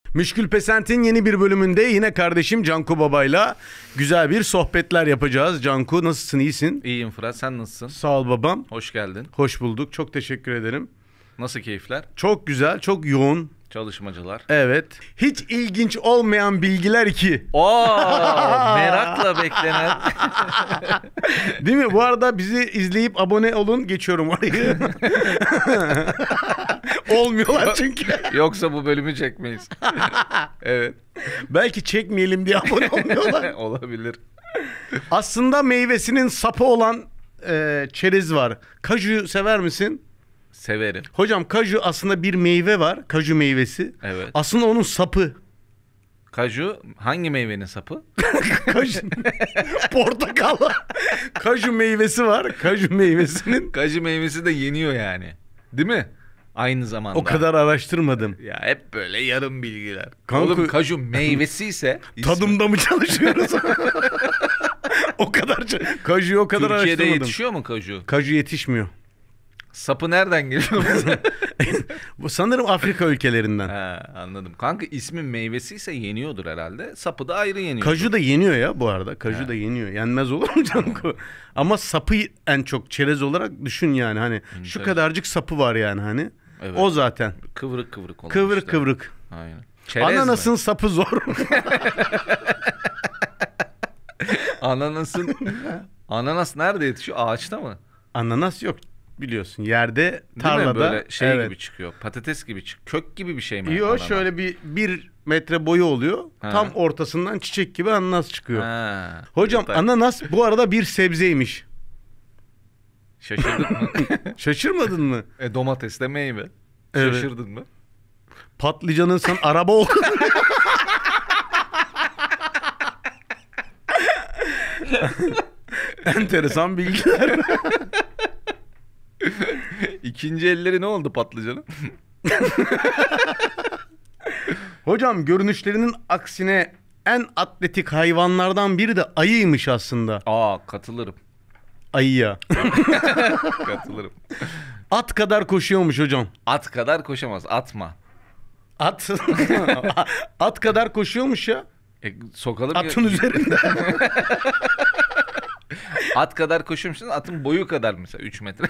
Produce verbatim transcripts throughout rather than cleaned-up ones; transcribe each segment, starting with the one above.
Müşkül Pesent'in yeni bir bölümünde yine kardeşim Canku Baba'yla güzel bir sohbetler yapacağız. Canku, nasılsın, iyisin? İyiyim Fırat, sen nasılsın? Sağ ol babam. Hoş geldin. Hoş bulduk, çok teşekkür ederim. Nasıl keyifler? Çok güzel, çok yoğun. Çalışmacılar. Evet. Hiç ilginç olmayan bilgiler iki. Oo, merakla beklenen. Değil mi? Bu arada bizi izleyip abone olun. Geçiyorum orayı. Olmuyorlar çünkü. Yoksa bu bölümü çekmeyiz. Evet. Belki çekmeyelim diye abone olmuyorlar. Olabilir. Aslında meyvesinin sapı olan e, çerez var. Kaju sever misin? Severim. Hocam, kaju aslında bir meyve var. Kaju meyvesi. Evet. Aslında onun sapı. Kaju hangi meyvenin sapı? Kaju. Portakal. Kaju meyvesi var. Kaju meyvesinin. Kaju meyvesi de yeniyor yani. Değil mi? Aynı zamanda. O kadar araştırmadım. Ya hep böyle yarım bilgiler. Kanka... Oğlum kaju meyvesi ise tadımda mı çalışıyoruz? O kadar kaju o kadar Türkiye'de araştırmadım. yetişiyor mu kaju? Kaju yetişmiyor. Sapı nereden geliyor? Bu sanırım Afrika ülkelerinden. Ha, anladım. Kanka ismi meyvesi ise yeniyordur herhalde. Sapı da ayrı yeniyor. Kaju da yeniyor ya bu arada. Kaju Ha. da yeniyor. Yenmez olur mu Canku? Ama sapı en çok çerez olarak düşün yani. Hani Hı, şu tabii. kadarcık sapı var yani hani. Evet. O zaten. Kıvrık kıvrık olan Kıvrık işte. kıvrık. Aynen. Çerez Ananasın mi? sapı zor. Ananasın. Ananas nerede yetişiyor? Ağaçta mı? Ananas yok biliyorsun. Yerde, Değil tarlada. mi? Böyle şey evet. gibi çıkıyor. Patates gibi çıkıyor. Kök gibi bir şey mi? Yok, ananas? şöyle bir bir metre boyu oluyor. Ha. Tam ortasından çiçek gibi ananas çıkıyor. Ha. Hocam, Detay. ananas bu arada bir sebzeymiş. Şaşırdın mı? Şaşırmadın mı? e, domates de meyve. Evet. Şaşırdın mı? Patlıcanın sen araba oldun. Enteresan bilgiler. İkinci elleri ne oldu patlıcanın? Hocam, görünüşlerinin aksine en atletik hayvanlardan biri de ayıymış aslında. Aa, katılırım. Ayıya. Katılırım. At kadar koşuyormuş hocam. At kadar koşamaz. Atma. At. At kadar koşuyormuş ya. E, sokalım. Atın ya. üzerinde. At kadar koşuyormuşsun. Atın boyu kadar mesela üç metre.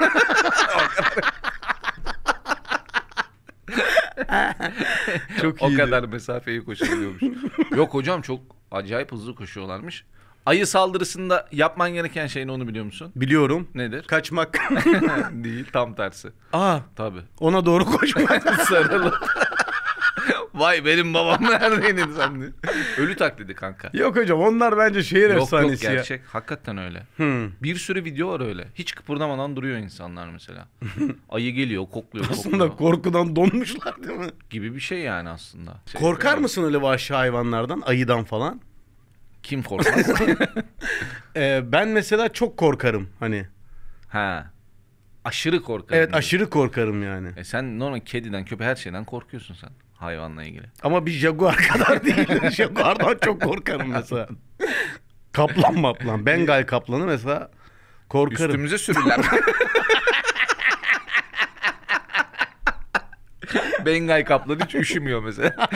Çok O iyiydi. kadar mesafeyi koşabiliyormuş. Yok hocam, çok acayip hızlı koşuyorlarmış. Ayı saldırısında yapman gereken şey ne, onu biliyor musun? Biliyorum. Nedir? Kaçmak. Değil, tam tersi. Aa, Tabii. ona doğru koşmak. Sarılıp. Vay benim babam neredeydin sen de? Ölü taklidi kanka. Yok hocam, onlar bence şehir Yok efsanesi yok, ya. gerçek. Hakikaten öyle. Hmm. Bir sürü video var öyle. Hiç kıpırdamadan duruyor insanlar mesela. Ayı geliyor, kokluyor, Aslında kokluyor. korkudan donmuşlar değil mi? Gibi bir şey yani aslında. Şey, Korkar öyle. mısın öyle vahşi hayvanlardan, ayıdan falan? Kim korkmaz? Ee, ben mesela çok korkarım hani. Ha. Aşırı korkarım. Evet, aşırı korkarım yani. E sen normal kediden, köpeği, her şeyden korkuyorsun sen. Hayvanla ilgili. Ama bir jaguar kadar değil. Jaguardan çok korkarım mesela. Kaplan maplan. Bengal kaplanı mesela korkarım. Üstümüze sürüler. Bengal kaplanı hiç üşümüyor mesela.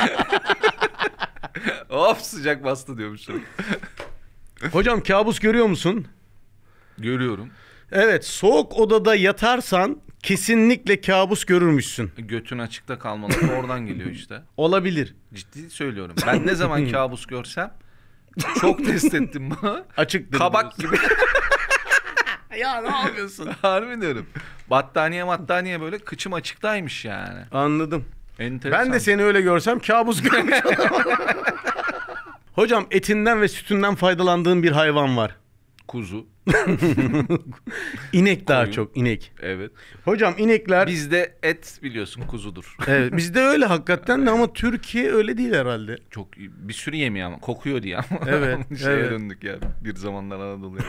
Of, sıcak bastı diyormuşum. Hocam, kabus görüyor musun? Görüyorum. Evet, soğuk odada yatarsan kesinlikle kabus görürmüşsün. Götün açıkta kalmalı. Oradan geliyor işte. Olabilir. Ciddi söylüyorum. Ben ne zaman kabus görsem, çok test ettim bunu. Açıktır Kabak diyorsun. gibi. Ya ne yapıyorsun? Harbi diyorum. Battaniye battaniye böyle kıçım açıktaymış yani. Anladım. Enteresan. Ben de seni öyle görsem kabus görmüş olurum. Hocam, etinden ve sütünden faydalandığın bir hayvan var. Kuzu. İnek daha Koyun. çok, inek. Evet. Hocam, inekler... Bizde et biliyorsun kuzudur. Evet, bizde öyle hakikaten de ama Türkiye öyle değil herhalde. Çok bir sürü yemiyor ama kokuyor diye ama. Evet, Şeye evet. döndük ya bir zamanlar Anadolu'ya.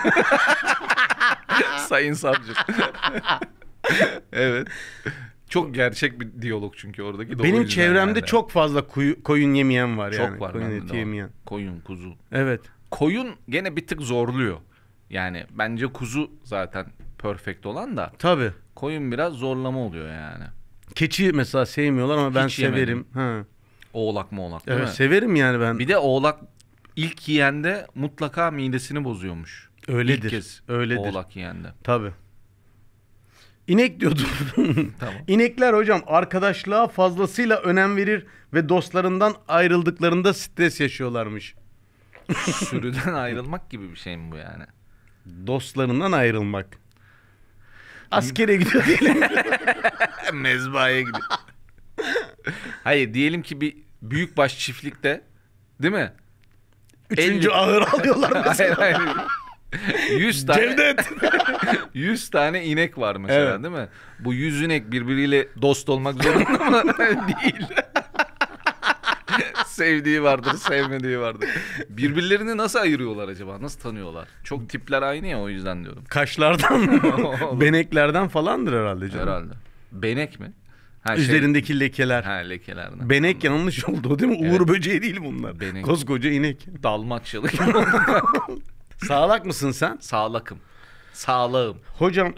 Sayın savcı. Evet. Çok gerçek bir diyalog çünkü oradaki. Benim çevremde yani. çok fazla kuyu, koyun yemeyen var yani. Çok var. Koyun bende de eti o. yemeyen. Koyun, kuzu. Evet. Koyun gene bir tık zorluyor. Yani bence kuzu zaten perfect olan da. Tabii. Koyun biraz zorlama oluyor yani. Keçi mesela sevmiyorlar ama ben Hiç yemedim. severim. Ha. Oğlak mı oğlak değil Evet mi? severim yani ben. Bir de oğlak ilk yiyende mutlaka midesini bozuyormuş. Öyledir. İlk kez Öyledir. oğlak yiyende. Tabii. İnek diyordum. Tamam. İnekler hocam arkadaşlığa fazlasıyla önem verir ve dostlarından ayrıldıklarında stres yaşıyorlarmış. Sürüden ayrılmak gibi bir şey mi bu yani? Dostlarından ayrılmak. Askere gidiyor diyelim. Mezbahaya gidiyor. Hayır diyelim ki bir büyükbaş çiftlikte değil mi? Üçüncü elli ağır alıyorlar mesela. Hayır, hayır. yüz tane Cevdet. yüz tane inek var mesela Evet. değil mi? Bu yüz inek birbiriyle dost olmak zorunda mı? Değil. Sevdiği vardır, sevmediği vardır. Birbirlerini nasıl ayırıyorlar acaba? Nasıl tanıyorlar? Çok tipler aynı ya o yüzden diyorum. Kaşlardan, beneklerden falandır herhalde canım. Herhalde. Benek mi? Ha, şey- Üzerindeki lekeler. Ha lekelerden. Benek yanlış oldu değil mi? Evet. Uğur böceği değil bunlar. Benek. Koskoca inek. Dalmaçyalı. Sağlak mısın sen? Sağlakım. Sağlağım. Hocam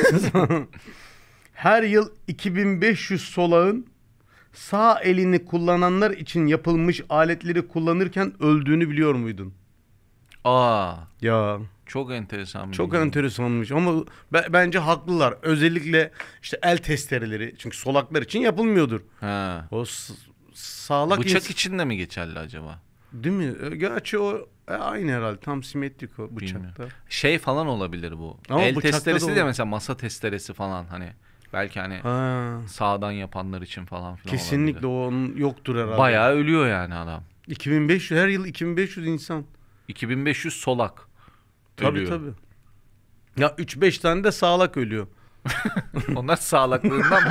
her yıl iki bin beş yüz solağın sağ elini kullananlar için yapılmış aletleri kullanırken öldüğünü biliyor muydun? Aa, Ya çok enteresan. bir çok bilgi. enteresanmış ama be- bence haklılar. Özellikle işte el testereleri çünkü solaklar için yapılmıyordur. Ha. O s- sağlak Bıçak ins- için de mi geçerli acaba? değil mi? E, Gerçi o e, aynı herhalde tam simetrik o bıçakta. Bilmiyorum. Şey falan olabilir bu. Ama El bıçakta da testeresi de olur. mesela masa testeresi falan hani. Belki hani Ha, sağdan yapanlar için falan filan kesinlikle olabilir. onun yoktur herhalde. Bayağı ölüyor yani adam. iki bin beş yüz her yıl iki bin beş yüz insan. iki bin beş yüz solak Tabii ölüyor. tabii. Ya üç beş tane de sağlak ölüyor. Onlar sağlaklığından mı?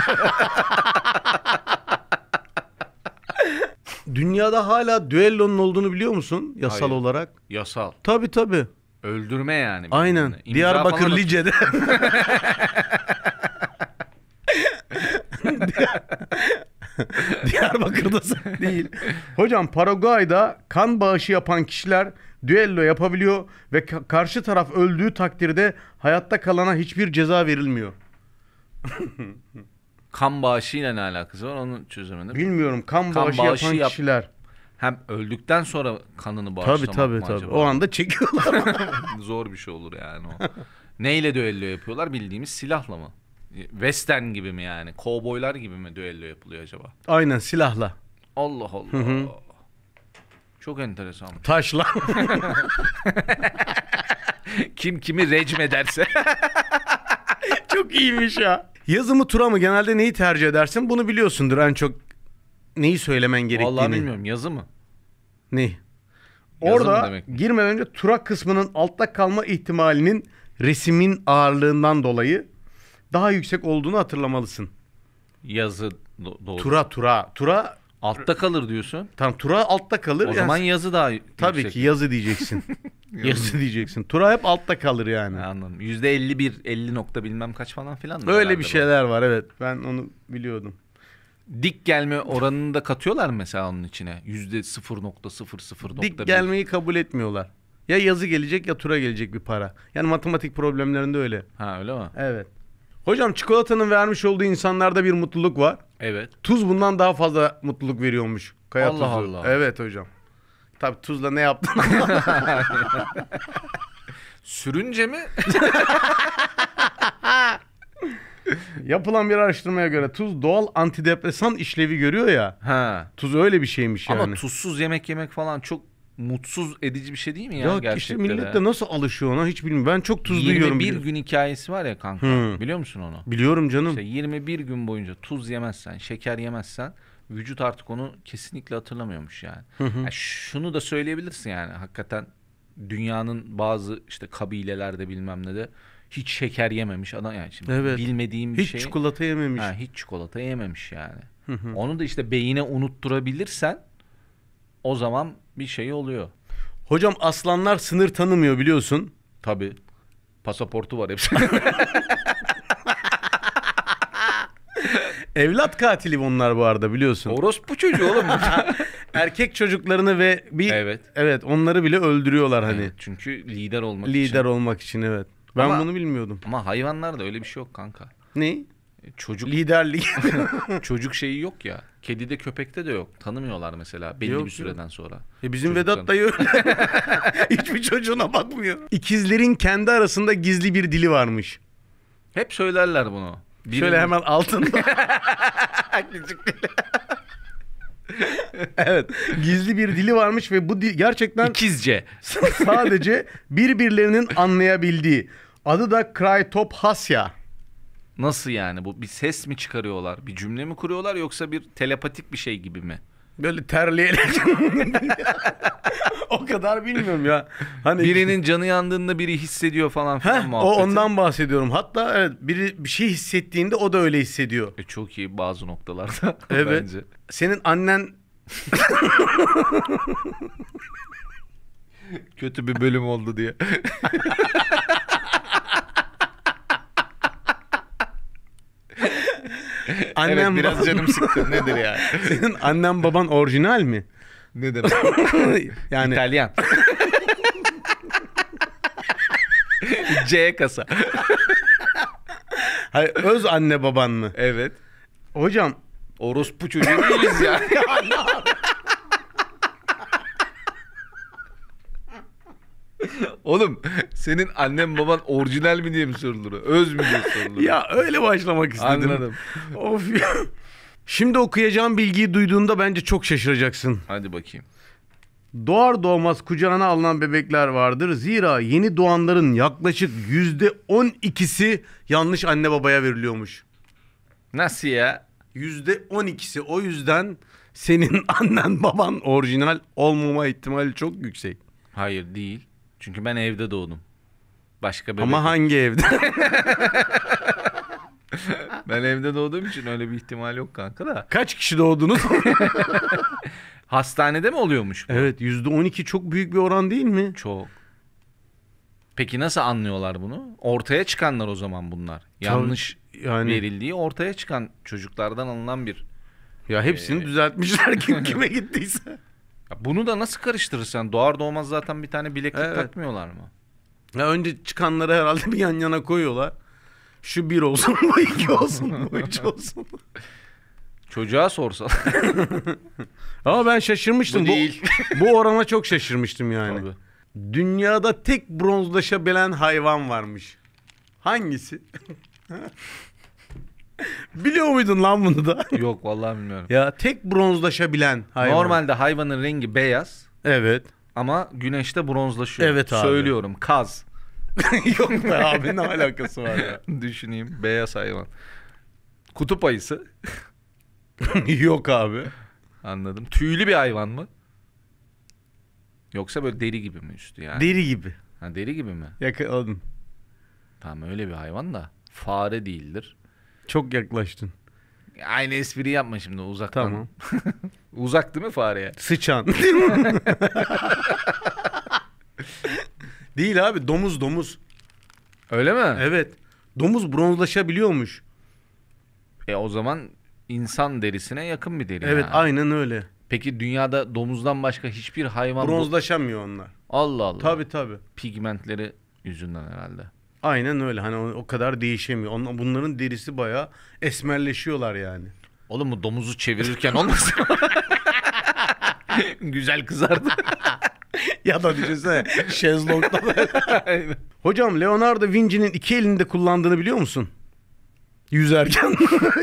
Dünyada hala düellonun olduğunu biliyor musun yasal Hayır. olarak? Yasal. Tabii tabii. Öldürme yani. Aynen. birbirine. İmza Diyarbakır falan at- Lice'de. Diyarbakır'da değil. Hocam Paraguay'da kan bağışı yapan kişiler düello yapabiliyor ve ka- karşı taraf öldüğü takdirde hayatta kalana hiçbir ceza verilmiyor. Kan bağışıyla ne alakası var onu çözemedim. Bilmiyorum kan, Kan bağışı, bağışı yapan yap- kişiler. Hem öldükten sonra kanını Tabii bağışlamak tabii mı tabii. acaba? O anda çekiyorlar. Zor bir şey olur yani o. Neyle düello yapıyorlar? Bildiğimiz silahla mı? Western gibi mi yani? Kovboylar gibi mi düello yapılıyor acaba? Aynen silahla. Allah Allah. Çok enteresan. Taşla. Kim kimi recm ederse. Çok iyiymiş ya. Yazı mı tura mı genelde neyi tercih edersin? Bunu biliyorsundur en çok neyi söylemen gerektiğini. Vallahi bilmiyorum. Yazı mı? Ne? Yazı Orada mı demek mi? girmeden önce tura kısmının altta kalma ihtimalinin resimin ağırlığından dolayı daha yüksek olduğunu hatırlamalısın. Yazı do- doğru. Tura tura. Tura Altta kalır diyorsun. tam tura altta kalır. O Yani zaman yazı daha y- tabii yüksek. ki yazı diyeceksin. yazı diyeceksin. Tura hep altta kalır yani. Ha, anladım. yüzde elli bir, elli nokta bilmem kaç falan filan. Öyle bir şeyler var evet. Ben onu biliyordum. Dik gelme oranını da katıyorlar mı mesela onun içine? yüzde sıfır nokta sıfır sıfır nokta bir. Dik gelmeyi kabul etmiyorlar. Ya yazı gelecek ya tura gelecek bir para. Yani matematik problemlerinde öyle. Ha öyle mi? Evet. Hocam çikolatanın vermiş olduğu insanlarda bir mutluluk var. Evet. Tuz bundan daha fazla mutluluk veriyormuş. Kaya Allah tuzu. Allah. Evet hocam. Tabii tuzla ne yaptın? Sürünce mi? Yapılan bir araştırmaya göre tuz doğal antidepresan işlevi görüyor ya. Ha. Tuz öyle bir şeymiş yani. Ama tuzsuz yemek yemek falan çok mutsuz edici bir şey değil mi ya, ya gerçekten? işte millet de nasıl alışıyor ona hiç bilmiyorum. Ben çok tuzlu yirmi yiyorum. bir biliyorum. gün hikayesi var ya kanka. Hı. Biliyor musun onu? Biliyorum canım. İşte yirmi bir gün boyunca tuz yemezsen, şeker yemezsen vücut artık onu kesinlikle hatırlamıyormuş yani. Yani şunu da söyleyebilirsin yani hakikaten dünyanın bazı işte kabilelerde bilmem ne de hiç şeker yememiş adam yani şimdi Evet. bilmediğim bir Hiç şey. çikolata yememiş. Ha, hiç çikolata yememiş yani. Onu da işte beyine unutturabilirsen o zaman bir şey oluyor. Hocam aslanlar sınır tanımıyor biliyorsun. Tabii. Pasaportu var hepsi. Evlat katili bunlar bu arada biliyorsun. Orospu çocuğu oğlum. Erkek çocuklarını ve bir Evet. evet onları bile öldürüyorlar hani. Evet, çünkü lider olmak Lider için. olmak için evet. Ben Ama- bunu bilmiyordum. Ama hayvanlarda öyle bir şey yok kanka. Ne? E, Çocuk Liderlik. çocuk şeyi yok ya. Kedide köpekte de yok. Tanımıyorlar mesela belli Yok, bir süreden sonra. E bizim Çocuktan. Vedat dayı öyle. Hiçbir çocuğuna bakmıyor. İkizlerin kendi arasında gizli bir dili varmış. Hep söylerler bunu. Birinin... Şöyle hemen altında. Küçük dili. Evet. Gizli bir dili varmış ve bu dil gerçekten İkizce. sadece birbirlerinin anlayabildiği. Adı da Kraytophasya. Nasıl yani? Bu bir ses mi çıkarıyorlar? Bir cümle mi kuruyorlar yoksa bir telepatik bir şey gibi mi? Böyle terleyerek. O kadar bilmiyorum ya. Hani Birinin canı yandığında biri hissediyor falan filan Heh, muhabbeti. o ondan bahsediyorum. Hatta evet, biri bir şey hissettiğinde o da öyle hissediyor. E, çok iyi bazı noktalarda Evet. bence. Senin annen Kötü bir bölüm oldu diye. annen evet biraz baban- canım sıktı. Nedir yani? Senin annen baban orijinal mi? Ne demek? Yani İtalyan. C kasa. hayır, öz anne baban mı? Evet. Hocam Orospu çocuğu değiliz ya. Oğlum senin annen baban orijinal mi diye mi sorulur? Öz mü diye sorulur? ya öyle başlamak istedim. Anladım. Of ya. Şimdi okuyacağım bilgiyi duyduğunda bence çok şaşıracaksın. Hadi bakayım. Doğar doğmaz kucağına alınan bebekler vardır. Zira yeni doğanların yaklaşık yüzde on ikisi yanlış anne babaya veriliyormuş. Nasıl ya? yüzde on ikisi. O yüzden senin annen baban orijinal olmama ihtimali çok yüksek. Hayır değil. Çünkü ben evde doğdum. Başka bebek. Ama hangi evde? Ben evde doğduğum için öyle bir ihtimal yok kanka da. Kaç kişi doğdunuz? Hastanede mi oluyormuş bu? Evet, yüzde on iki çok büyük bir oran değil mi? Çok. Peki nasıl anlıyorlar bunu? Ortaya çıkanlar o zaman bunlar. Yanlış yani verildiği ortaya çıkan çocuklardan alınan bir... ya hepsini Ee, düzeltmişler kim kime gittiyse. Ya bunu da nasıl karıştırırsan? Doğar doğmaz zaten bir tane bileklik Evet. takmıyorlar mı? Ya önce çıkanları herhalde bir yan yana koyuyorlar. Şu bir olsun, bu iki olsun, bu üç olsun. Çocuğa sorsalar. Ama ben şaşırmıştım. Bu değil. Bu, bu orana çok şaşırmıştım yani. Tabii. Dünyada tek bronzlaşabilen hayvan varmış. Hangisi? Biliyor muydun lan bunu da? Yok vallahi bilmiyorum. Ya tek bronzlaşabilen hayvan. Normalde hayvanın rengi beyaz Evet. ama güneşte bronzlaşıyor. Evet abi. Söylüyorum kaz. Yok be abi, ne alakası var ya? Düşüneyim beyaz hayvan. Kutup ayısı. Yok abi. Anladım. Tüylü bir hayvan mı? Yoksa böyle deri gibi mi üstü yani? Deri gibi. Ha, deri gibi mi? Yakaladım. Tamam öyle bir hayvan da. Fare değildir. Çok yaklaştın. Aynı espri yapma şimdi uzaktan. Tamam. Uzak değil mi fareye? Sıçan. Değil abi, domuz domuz. Öyle mi? Evet. Domuz bronzlaşabiliyormuş. E o zaman insan derisine yakın bir deri. Evet, yani. aynen öyle. Peki dünyada domuzdan başka hiçbir hayvan... bu- Bronzlaşamıyor onlar. Allah Allah. Tabii tabii. Pigmentleri yüzünden herhalde. Aynen öyle. Hani o, o kadar değişemiyor. Onlar, bunların derisi bayağı esmerleşiyorlar yani. Oğlum bu domuzu çevirirken olmasın? Güzel kızardı. Ya da düşünsene şezlongda böyle. Hocam Leonardo da Vinci'nin iki elini de kullandığını biliyor musun? Yüzerken.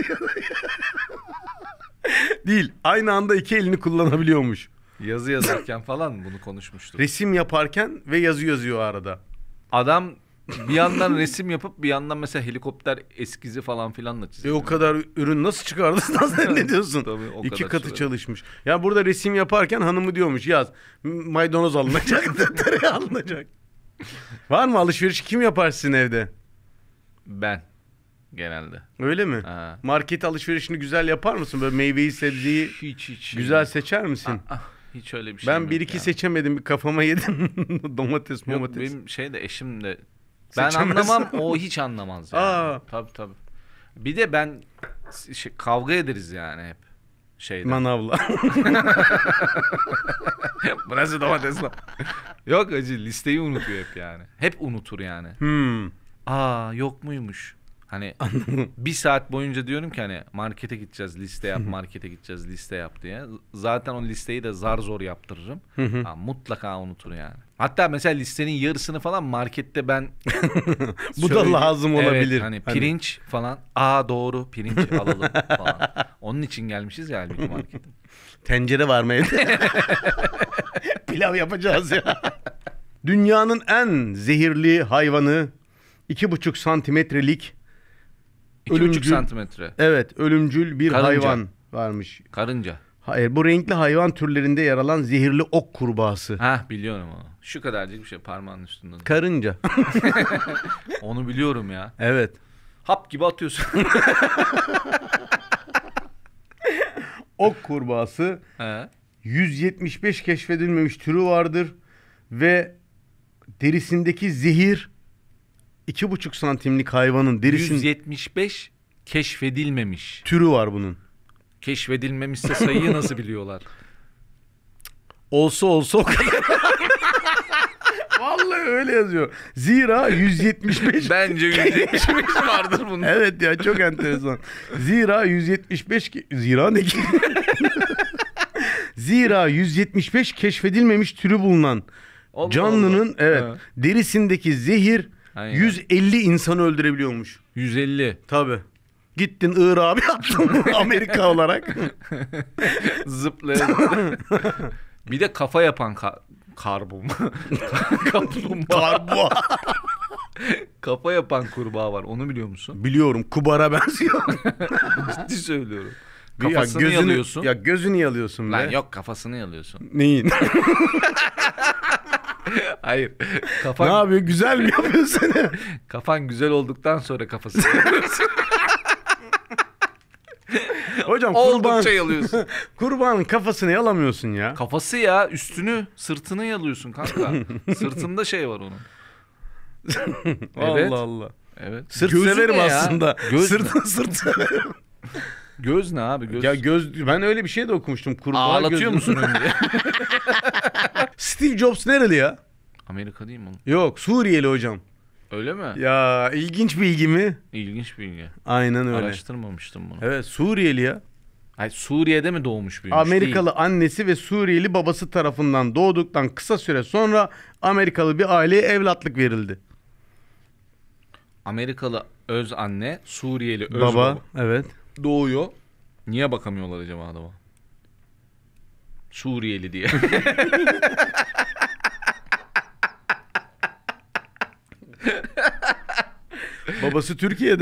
Değil. Aynı anda iki elini kullanabiliyormuş. Yazı yazarken falan bunu konuşmuştuk. Resim yaparken ve yazı yazıyor arada. Adam bir yandan resim yapıp bir yandan mesela helikopter eskizi falan filan da E çiziyor. o kadar ürün nasıl çıkardı? Nasıl ne diyorsun? Tabii, o İki kadar katı süre. çalışmış. Ya burada resim yaparken hanımı diyormuş yaz. Maydanoz alınacak, tereyağı alınacak. Var mı alışveriş? Kim yapar sizin evde? Ben genelde. Öyle mi? Ha. Market alışverişini güzel yapar mısın? Böyle meyveyi, sebzeyi Hiç hiç. güzel seçer misin? Ah, hiç öyle bir şey Ben bir iki ya. seçemedim. Bir kafama yedim. Domates, Yok, domates. benim şey de eşim de ben Seçemez. anlamam, o hiç anlamaz yani. Aa. Tabii tabii. Bir de ben şey, kavga ederiz yani hep şeyde. Manavla. Bu nasıl domates lan? Yok acı listeyi unutuyor hep yani. Hep unutur yani. hmm. Aa yok muymuş? Hani bir saat boyunca diyorum ki hani markete gideceğiz, liste yap, markete gideceğiz, liste yap diye. Zaten o listeyi de zar zor yaptırırım. Ha, mutlaka unutur yani. Hatta mesela listenin yarısını falan markette ben bu da lazım olabilir. Evet, hani pirinç hani... falan. Aa doğru, pirinç alalım falan. Onun için gelmişiz ya halbuki markete. Tencere var mı evde? Pilav yapacağız ya. Dünyanın en zehirli hayvanı iki buçuk santimetrelik iki buçuk santimetre. Evet, ölümcül bir Karınca. hayvan varmış. Karınca. Hayır, bu renkli hayvan türlerinde yer alan zehirli ok kurbağası. Hah, biliyorum onu. Şu kadarcık bir şey parmağının üstünde. Karınca. Onu biliyorum ya. Evet. Hap gibi atıyorsun. Ok kurbağası. He. yüz yetmiş beş keşfedilmemiş türü vardır ve derisindeki zehir iki buçuk santimlik hayvanın derisinde yüz yetmiş beş keşfedilmemiş. Türü var bunun. Keşfedilmemişse sayıyı nasıl biliyorlar? Olsa olsa o kadar. Vallahi öyle yazıyor. Zira yüz yetmiş beş Bence yüz yetmiş beş vardır bunda. Evet ya, çok enteresan. Zira yüz yetmiş beş Zira ne ki? Zira yüz yetmiş beş keşfedilmemiş türü bulunan Allah canlının Allah. evet ha. derisindeki zehir aynen. yüz elli insanı öldürebiliyormuş. yüz elli Tabii. Gittin Irak'a bir attın Amerika olarak. Zıplayan. Bir de kafa yapan ka- karbon. Kaplumbağa. Kafa yapan kurbağa var. Onu biliyor musun? Biliyorum. Kubara benziyor. Ciddi söylüyorum. Kafasını ya gözünü, yalıyorsun. Ya gözünü yalıyorsun be. Lan yok, kafasını yalıyorsun. Neyin? Hayır. Kafan... Ne yapıyor? Güzel mi yapıyorsun? Kafan güzel olduktan sonra kafasını yalıyorsun. Hocam kurban yalıyorsun. Kurbanın kafasını yalamıyorsun ya. Kafası ya, üstünü, sırtını yalıyorsun kanka. Sırtında şey var onun. Evet. Allah Allah. Evet. Sırt gözü severim aslında. Göz sırt sırt severim. Göz ne abi? Göz. Ya göz, ben öyle bir şey de okumuştum. Kurbağa ağlatıyor gözü... musun önce? Steve Jobs nereli ya? Amerika değil mi oğlum? Yok, Suriyeli hocam. Öyle mi? Ya ilginç bilgi mi? İlginç bilgi. Aynen öyle. Araştırmamıştım bunu. Evet, Suriyeli ya. Ay, Suriye'de mi doğmuş büyümüş? Amerikalı değil. Annesi ve Suriyeli babası tarafından doğduktan kısa süre sonra Amerikalı bir aileye evlatlık verildi. Amerikalı öz anne, Suriyeli öz baba. baba. Evet. Doğuyor. Niye bakamıyorlar acaba adama? Suriyeli diye. Babası Türkiye'de.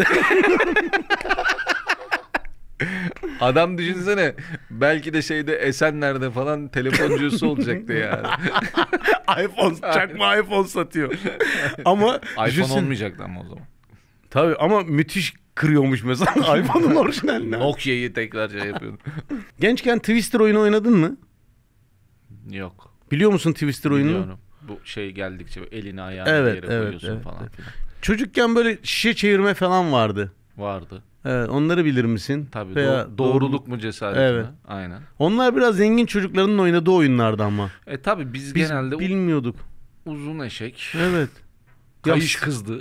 Adam düşünsene, belki de şeyde Esenler'de falan telefoncusu olacaktı yani. iPhone, çakma iPhone satıyor. Ama iPhone düşün... olmayacaktı ama o zaman. Tabii ama müthiş kırıyormuş mesela iPhone'un orijinalini. Nokia'yı tekrar şey yapıyordu. Gençken Twister oyunu oynadın mı? Yok. Biliyor musun Twister oyununu? Biliyorum. Bu şey geldikçe elini ayağını evet, yere evet, koyuyorsun evet, falan evet. filan. Çocukken böyle şişe çevirme falan vardı. Vardı. Evet, onları bilir misin? Tabii. Veya do- doğruluk, doğruluk mu cesaret evet. mi? Aynen. Onlar biraz zengin çocukların oynadığı oyunlardı ama. E tabii biz, biz genelde bilmiyorduk. Uzun eşek. Evet. Kayış kızdı.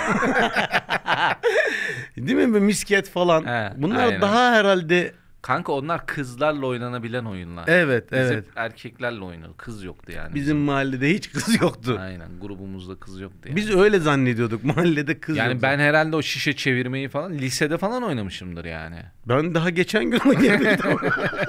Değil mi? Misket falan. He, bunlar aynen. Daha herhalde... Kanka onlar kızlarla oynanabilen oyunlar. Evet, biz evet. Hep erkeklerle oynadık. Kız yoktu yani. Bizim mahallede hiç kız yoktu. Aynen. Grubumuzda kız yoktu yani. Biz öyle zannediyorduk. Mahallede kız yani yoktu. Ben herhalde o şişe çevirmeyi falan lisede falan oynamışımdır yani. Ben daha geçen gün oynadım.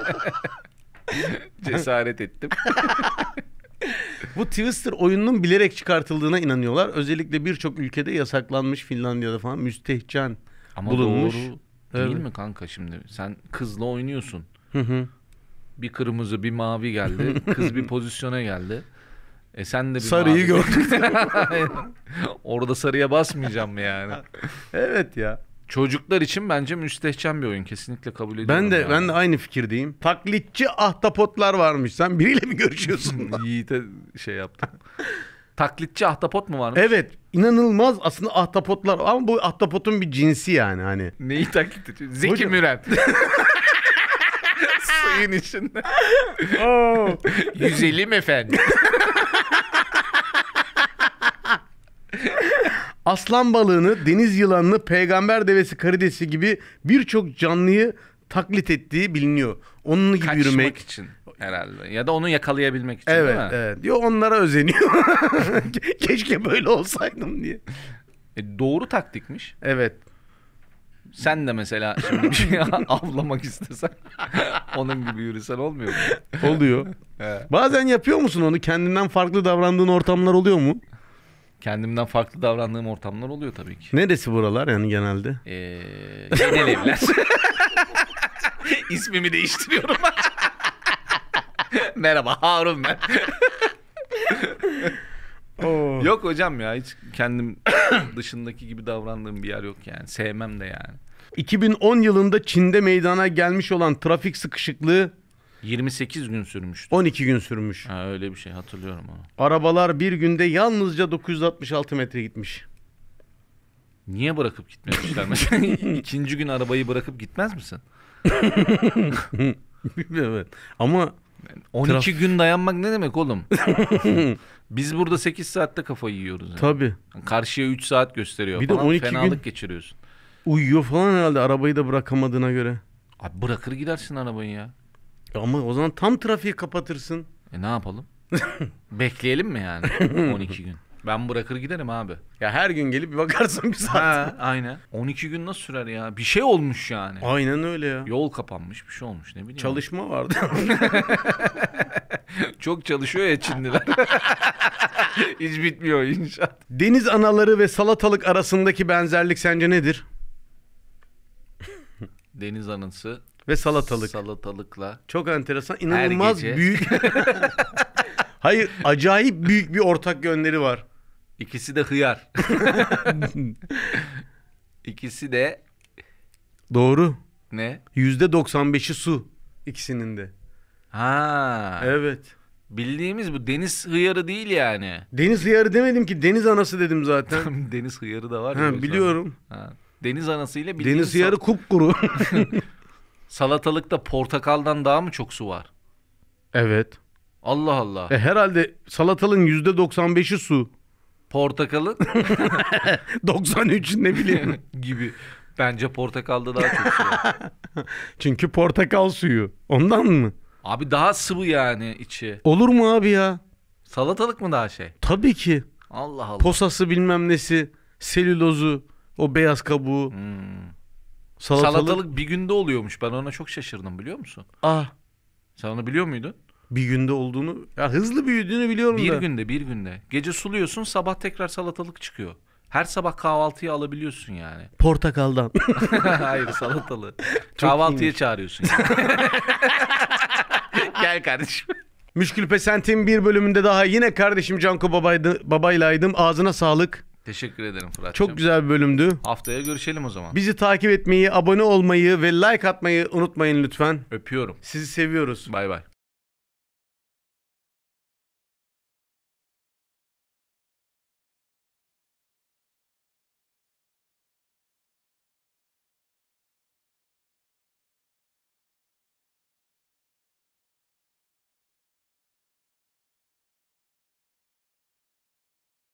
Cesaret ettim. Bu Twister oyununun bilerek çıkartıldığına inanıyorlar. Özellikle birçok ülkede yasaklanmış, Finlandiya'da falan müstehcen ama bulunmuş. Doğru değil evet. mi kanka şimdi? Sen kızla oynuyorsun. Hı hı. Bir kırmızı bir mavi geldi. Kız bir pozisyona geldi. E sen de bir sarıyı gördün. Orada sarıya basmayacağım mı yani? Evet ya. Çocuklar için bence müstehcen bir oyun. Kesinlikle kabul ediyorum. Ben de yani. ben de aynı fikirdeyim. Taklitçi ahtapotlar varmış. Sen biriyle mi görüşüyorsun? Yiğit'e şey yaptım. Taklitçi ahtapot mu varmış? Evet. İnanılmaz aslında ahtapotlar ama bu ahtapotun bir cinsi yani hani. Neyi taklit ediyor? Zeki Hocam... Müren. Suyun içinde. Oh. Yüzelim efendim. aslan balığını, deniz yılanını, peygamber devesi karidesi gibi birçok canlıyı taklit ettiği biliniyor. Onun gibi Kaçmak yürümek için herhalde. Ya da onu yakalayabilmek için, Evet, değil mi? evet. Diyor, onlara özeniyor. Keşke böyle olsaydım diye. E, doğru taktikmiş. Evet. Sen de mesela şimdi bir şey avlamak istesen onun gibi yürüsen olmuyor mu? Oluyor. Evet. Bazen yapıyor musun onu? Kendinden farklı davrandığın ortamlar oluyor mu? Kendimden farklı davrandığım ortamlar oluyor tabii ki. Neresi buralar yani genelde? Ee, Genel evler. İsmimi değiştiriyorum. Merhaba, Harun ben. Oo. Yok hocam ya, hiç kendim dışındaki gibi davrandığım bir yer yok yani. Sevmem de yani. iki bin on yılında Çin'de meydana gelmiş olan trafik sıkışıklığı yirmi sekiz gün sürmüştü. on iki gün sürmüş. Ha, öyle bir şey hatırlıyorum onu. Arabalar bir günde yalnızca dokuz yüz altmış altı metre gitmiş. Niye bırakıp gitmemişler mesela? İkinci gün arabayı bırakıp gitmez misin? Evet. Ama on iki gün dayanmak ne demek oğlum? Biz burada sekiz saatte kafayı yiyoruz. Yani. tabii Karşıya üç saat gösteriyor Bir de falan. on iki Fenalık gün- geçiriyorsun. uyuyor falan herhalde arabayı da bırakamadığına göre. Abi bırakır gidersin arabayı ya. Ama o zaman tam trafiği kapatırsın. E ne yapalım? Bekleyelim mi yani on iki gün? Ben bırakır giderim abi. Ya her gün gelip bir bakarsın bir saat. Ha, aynen. on iki gün nasıl sürer ya? Bir şey olmuş yani. Aynen öyle ya. Yol kapanmış, bir şey olmuş, ne bileyim. Çalışma vardı. Çok çalışıyor ya Çinliler. Hiç bitmiyor inşaat. Deniz anaları ve salatalık arasındaki benzerlik sence nedir? Deniz anası Ve salatalık. salatalıkla. Çok enteresan. İnanılmaz gece. büyük. Hayır, acayip büyük bir ortak yönleri var. İkisi de hıyar. İkisi de Doğru. ne? yüzde doksan beşi su ikisinin de. Ha. Evet. Bildiğimiz bu deniz hıyarı değil yani. Deniz hıyarı demedim ki, deniz anası dedim zaten. Deniz hıyarı da var ya. o ha, yüzden. biliyorum. Ha. Deniz anasıyla bildiğimiz Deniz hıyarı kupkuru. salatalıkta portakaldan daha mı çok su var? Evet. Allah Allah. E, herhalde salatalığın yüzde doksan beşi su. Portakalın doksan üç ne bileyim. gibi. Bence portakalda daha çok su var. Çünkü portakal suyu. Ondan mı? Abi daha sıvı yani içi. Olur mu abi ya? Salatalık mı daha şey? Tabii ki. Allah Allah. Posası bilmem nesi, selülozu, o beyaz kabuğu. Hmm. Salatalık. Salatalık bir günde oluyormuş. Ben ona çok şaşırdım, biliyor musun? Ah, Sen onu biliyor muydun? bir günde olduğunu, ya hızlı büyüdüğünü biliyorum Bir da. günde, bir günde. Gece suluyorsun, sabah tekrar salatalık çıkıyor. Her sabah kahvaltıya alabiliyorsun yani. Portakaldan. Hayır, salatalığı. Kahvaltıya iyiymiş. çağırıyorsun yani. Gel kardeşim. Müşkül Pesent'in bir bölümünde daha yine kardeşim Canko babaydı, babaylaydım. Ağzına sağlık. Teşekkür ederim Fırat'cığım. Çok güzel bir bölümdü. Haftaya görüşelim o zaman. Bizi takip etmeyi, abone olmayı ve like atmayı unutmayın lütfen. Öpüyorum. Sizi seviyoruz. Bay bay.